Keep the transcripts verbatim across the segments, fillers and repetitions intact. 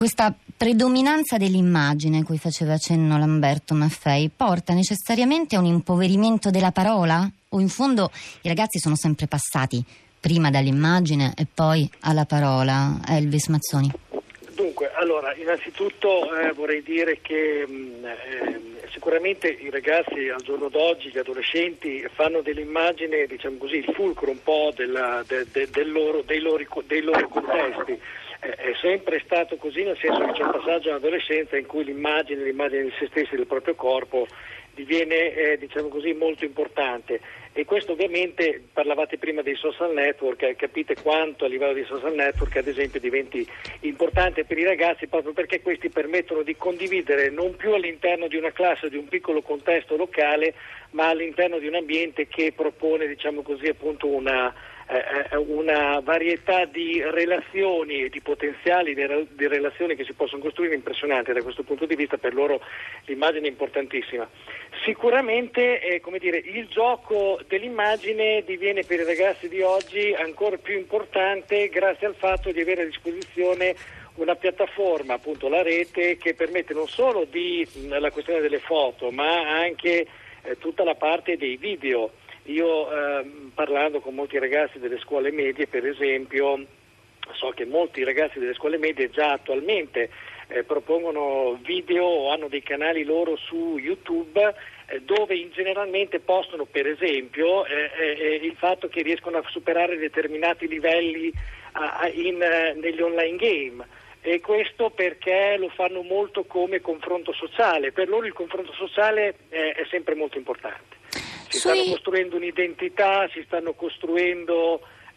Questa predominanza dell'immagine, cui faceva cenno Lamberto Maffei, porta necessariamente a un impoverimento della parola? O in fondo i ragazzi sono sempre passati prima dall'immagine e poi alla parola? Elvis Mazzoni. Dunque, allora, innanzitutto eh, vorrei dire che mh, eh, sicuramente i ragazzi al giorno d'oggi, gli adolescenti, fanno dell'immagine, diciamo così, il fulcro un po' della, de, de, del loro, dei, loro, dei loro contesti. È sempre stato così, nel senso che c'è un passaggio all'adolescenza in cui l'immagine, l'immagine di se stessi, del proprio corpo, diviene eh, diciamo così molto importante, e questo ovviamente, parlavate prima dei social network, eh, capite quanto a livello di social network ad esempio diventi importante per i ragazzi, proprio perché questi permettono di condividere non più all'interno di una classe o di un piccolo contesto locale, ma all'interno di un ambiente che propone, diciamo così, appunto una una varietà di relazioni e di potenziali di relazioni che si possono costruire impressionante. Da questo punto di vista per loro l'immagine è importantissima. Sicuramente eh, come dire, il gioco dell'immagine diviene per i ragazzi di oggi ancora più importante grazie al fatto di avere a disposizione una piattaforma, appunto la rete, che permette non solo di la questione delle foto, ma anche eh, tutta la parte dei video. Io eh, parlando con molti ragazzi delle scuole medie, per esempio, so che molti ragazzi delle scuole medie già attualmente eh, propongono video o hanno dei canali loro su YouTube eh, dove in generalmente postano, per esempio, eh, eh, il fatto che riescono a superare determinati livelli eh, in, eh, negli online game. E questo perché lo fanno molto come confronto sociale. Per loro il confronto sociale eh, è sempre molto importante. Si stanno costruendo un'identità, si stanno costruendo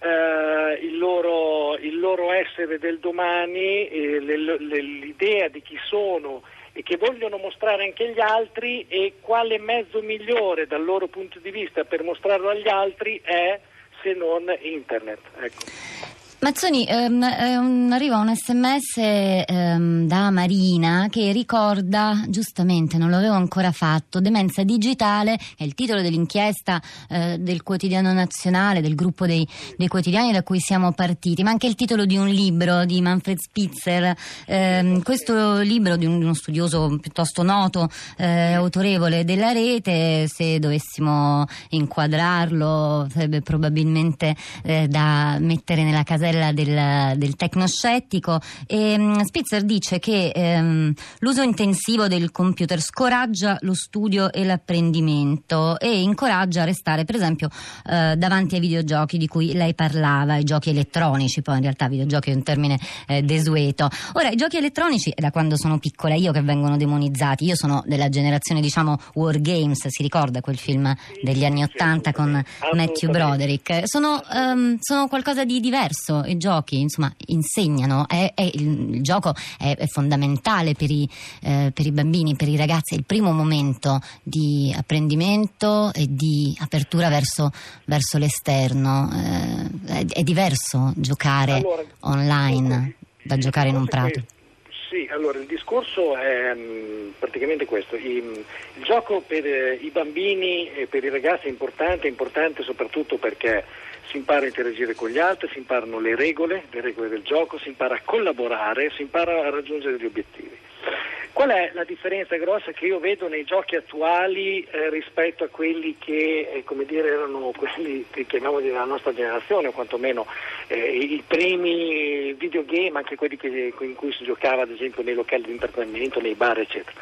eh, il, loro, il loro essere del domani, eh, le, le, l'idea di chi sono e che vogliono mostrare anche agli altri, e quale mezzo migliore dal loro punto di vista per mostrarlo agli altri è se non internet. Ecco. Mazzoni, ehm, ehm, arriva un sms ehm, da Marina che ricorda, giustamente non l'avevo ancora fatto, demenza digitale è il titolo dell'inchiesta eh, del Quotidiano Nazionale, del gruppo dei, dei quotidiani da cui siamo partiti, ma anche il titolo di un libro di Manfred Spitzer. Eh, questo libro di, un, di uno studioso piuttosto noto, eh, autorevole della rete, se dovessimo inquadrarlo sarebbe probabilmente eh, da mettere nella casella Del, del tecnoscettico. E um, Spitzer dice che um, l'uso intensivo del computer scoraggia lo studio e l'apprendimento e incoraggia a restare, per esempio, uh, davanti ai videogiochi di cui lei parlava, i giochi elettronici. Poi in realtà videogiochi è un termine eh, desueto. Ora, i giochi elettronici, da quando sono piccola io, che vengono demonizzati, io sono della generazione, diciamo, War Games, si ricorda quel film degli anni Ottanta con Matthew Broderick, sono, um, sono qualcosa di diverso. I giochi, insomma, insegnano, è, è, il, il gioco è, è fondamentale per i, eh, per i bambini, per i ragazzi, è il primo momento di apprendimento e di apertura verso, verso l'esterno. Eh, è, è diverso giocare allora, online da giocare in un prato. Sì, allora il discorso è mh, praticamente questo. I, il gioco per eh, i bambini e per i ragazzi è importante, è importante soprattutto perché si impara a interagire con gli altri, si imparano le regole, le regole del gioco, si impara a collaborare, si impara a raggiungere gli obiettivi. Qual è la differenza grossa che io vedo nei giochi attuali eh, rispetto a quelli che, eh, come dire, erano quelli che chiamiamo della nostra generazione, o quantomeno eh, i primi videogame, anche quelli che, in cui si giocava ad esempio nei locali di intrattenimento, nei bar eccetera,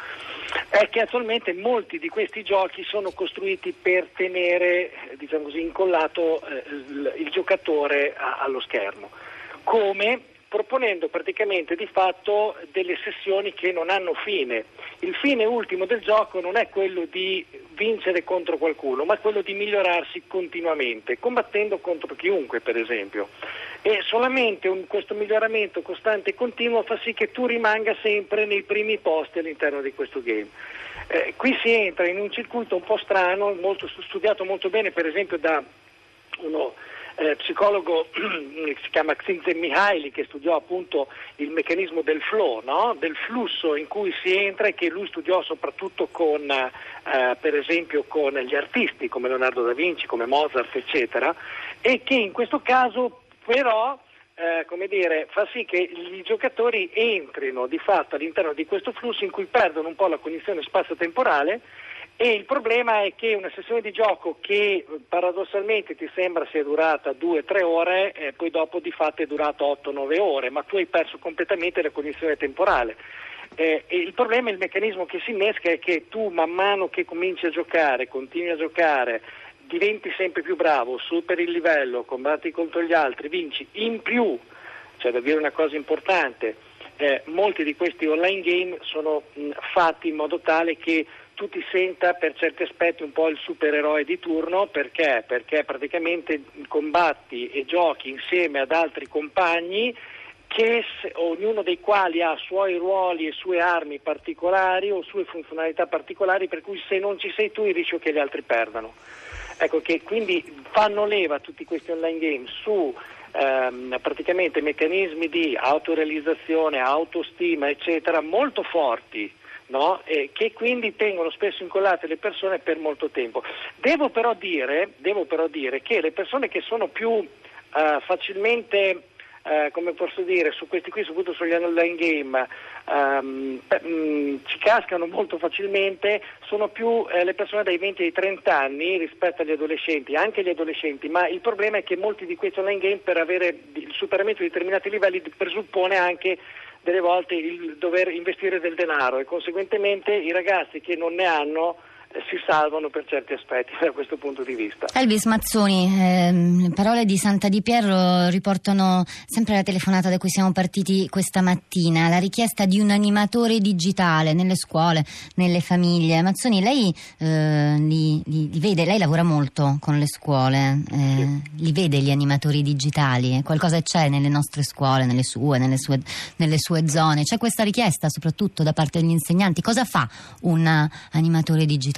è che attualmente molti di questi giochi sono costruiti per tenere, diciamo così, incollato eh, il, il giocatore a, allo schermo, come proponendo praticamente di fatto delle sessioni che non hanno fine. Il fine ultimo del gioco non è quello di vincere contro qualcuno, ma quello di migliorarsi continuamente, combattendo contro chiunque, per esempio. E solamente un, questo miglioramento costante e continuo fa sì che tu rimanga sempre nei primi posti all'interno di questo game. Eh, qui si entra in un circuito un po' strano, molto studiato molto bene, per esempio da uno Eh, psicologo che si chiama Csikszentmihalyi, che studiò appunto il meccanismo del flow, no? Del flusso in cui si entra, e che lui studiò soprattutto con eh, per esempio con gli artisti come Leonardo da Vinci, come Mozart eccetera, e che in questo caso però eh, come dire, fa sì che i giocatori entrino di fatto all'interno di questo flusso in cui perdono un po' la cognizione spazio-temporale. E il problema è che una sessione di gioco che paradossalmente ti sembra sia durata due o tre ore, eh, poi dopo di fatto è durata otto nove ore, ma tu hai perso completamente la cognizione temporale. Eh, e il problema, il meccanismo che si innesca è che tu man mano che cominci a giocare, continui a giocare, diventi sempre più bravo, superi il livello, combatti contro gli altri, vinci. In più, c'è da dire una cosa importante, eh, molti di questi online game sono mh, fatti in modo tale che tu ti senta per certi aspetti un po' il supereroe di turno. Perché? Perché praticamente combatti e giochi insieme ad altri compagni che se, ognuno dei quali ha suoi ruoli e sue armi particolari o sue funzionalità particolari, per cui se non ci sei tu il rischio che gli altri perdano. Ecco che quindi fanno leva tutti questi online game su ehm, praticamente meccanismi di autorealizzazione, autostima eccetera molto forti, no? E che quindi tengono spesso incollate le persone per molto tempo. Devo però dire, devo però dire che le persone che sono più uh, facilmente, uh, come posso dire, su questi qui, soprattutto sugli online game, um, um, ci cascano molto facilmente, sono più eh, le persone dai venti ai trenta anni rispetto agli adolescenti, anche gli adolescenti, ma il problema è che molti di questi online game, per avere il superamento di determinati livelli, presuppone anche delle volte il dover investire del denaro, e conseguentemente i ragazzi che non ne hanno eh, si salvano per certi aspetti da questo punto di vista. Elvis Mazzoni, eh, le parole di Santa Di Piero riportano sempre la telefonata da cui siamo partiti questa mattina, la richiesta di un animatore digitale nelle scuole, nelle famiglie. Mazzoni, lei eh, li, li, li vede, lei lavora molto con le scuole, eh, sì. Li vede gli animatori digitali? Qualcosa c'è nelle nostre scuole, nelle sue, nelle sue, nelle sue zone? C'è questa richiesta soprattutto da parte degli insegnanti? Cosa fa un animatore digitale?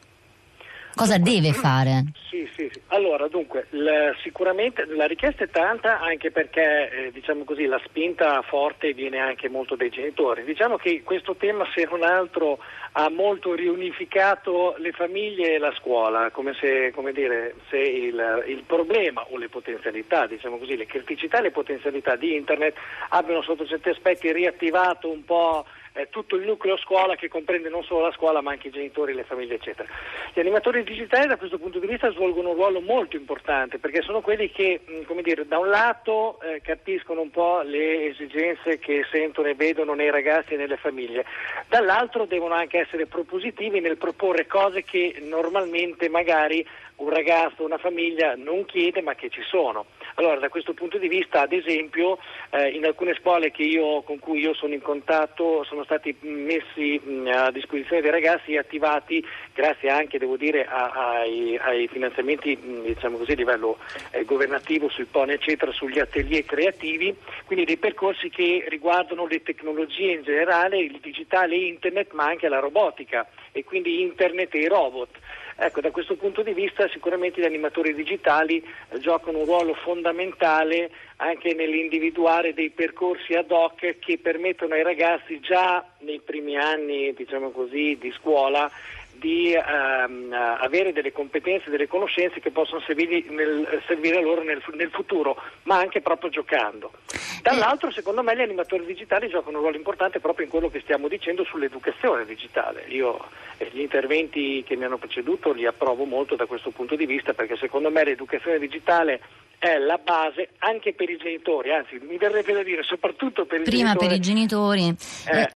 Cosa dunque, deve fare? Sì, sì, sì. Allora, dunque, la, sicuramente la richiesta è tanta, anche perché, eh, diciamo così, la spinta forte viene anche molto dai genitori. Diciamo che questo tema, se non altro, ha molto riunificato le famiglie e la scuola, come se, come dire, se il, il problema o le potenzialità, diciamo così, le criticità e le potenzialità di Internet abbiano sotto certi aspetti riattivato un po' tutto il nucleo scuola, che comprende non solo la scuola ma anche i genitori, le famiglie eccetera. Gli animatori digitali da questo punto di vista svolgono un ruolo molto importante, perché sono quelli che, come dire, da un lato eh, capiscono un po' le esigenze che sentono e vedono nei ragazzi e nelle famiglie, dall'altro devono anche essere propositivi nel proporre cose che normalmente magari un ragazzo, una famiglia non chiede, ma che ci sono. Allora, da questo punto di vista, ad esempio, eh, in alcune scuole che io, con cui io sono in contatto, sono stati messi mh, a disposizione dei ragazzi e attivati, grazie anche, devo dire, a, ai, ai finanziamenti, mh, diciamo così, a livello eh, governativo, sui PON, eccetera, sugli atelier creativi, quindi dei percorsi che riguardano le tecnologie in generale, il digitale e internet, ma anche la robotica, e quindi internet e i robot. Ecco, da questo punto di vista sicuramente gli animatori digitali eh, giocano un ruolo fondamentale anche nell'individuare dei percorsi ad hoc che permettono ai ragazzi già nei primi anni, diciamo così, di scuola di ehm, avere delle competenze, delle conoscenze che possono servire, nel, servire loro nel, nel futuro, ma anche proprio giocando. Dall'altro, secondo me, gli animatori digitali giocano un ruolo importante proprio in quello che stiamo dicendo sull'educazione digitale. Io eh, gli interventi che mi hanno preceduto li approvo molto da questo punto di vista, perché secondo me l'educazione digitale è la base anche per i genitori, anzi mi verrebbe da dire soprattutto per i prima genitori. per i genitori. Eh,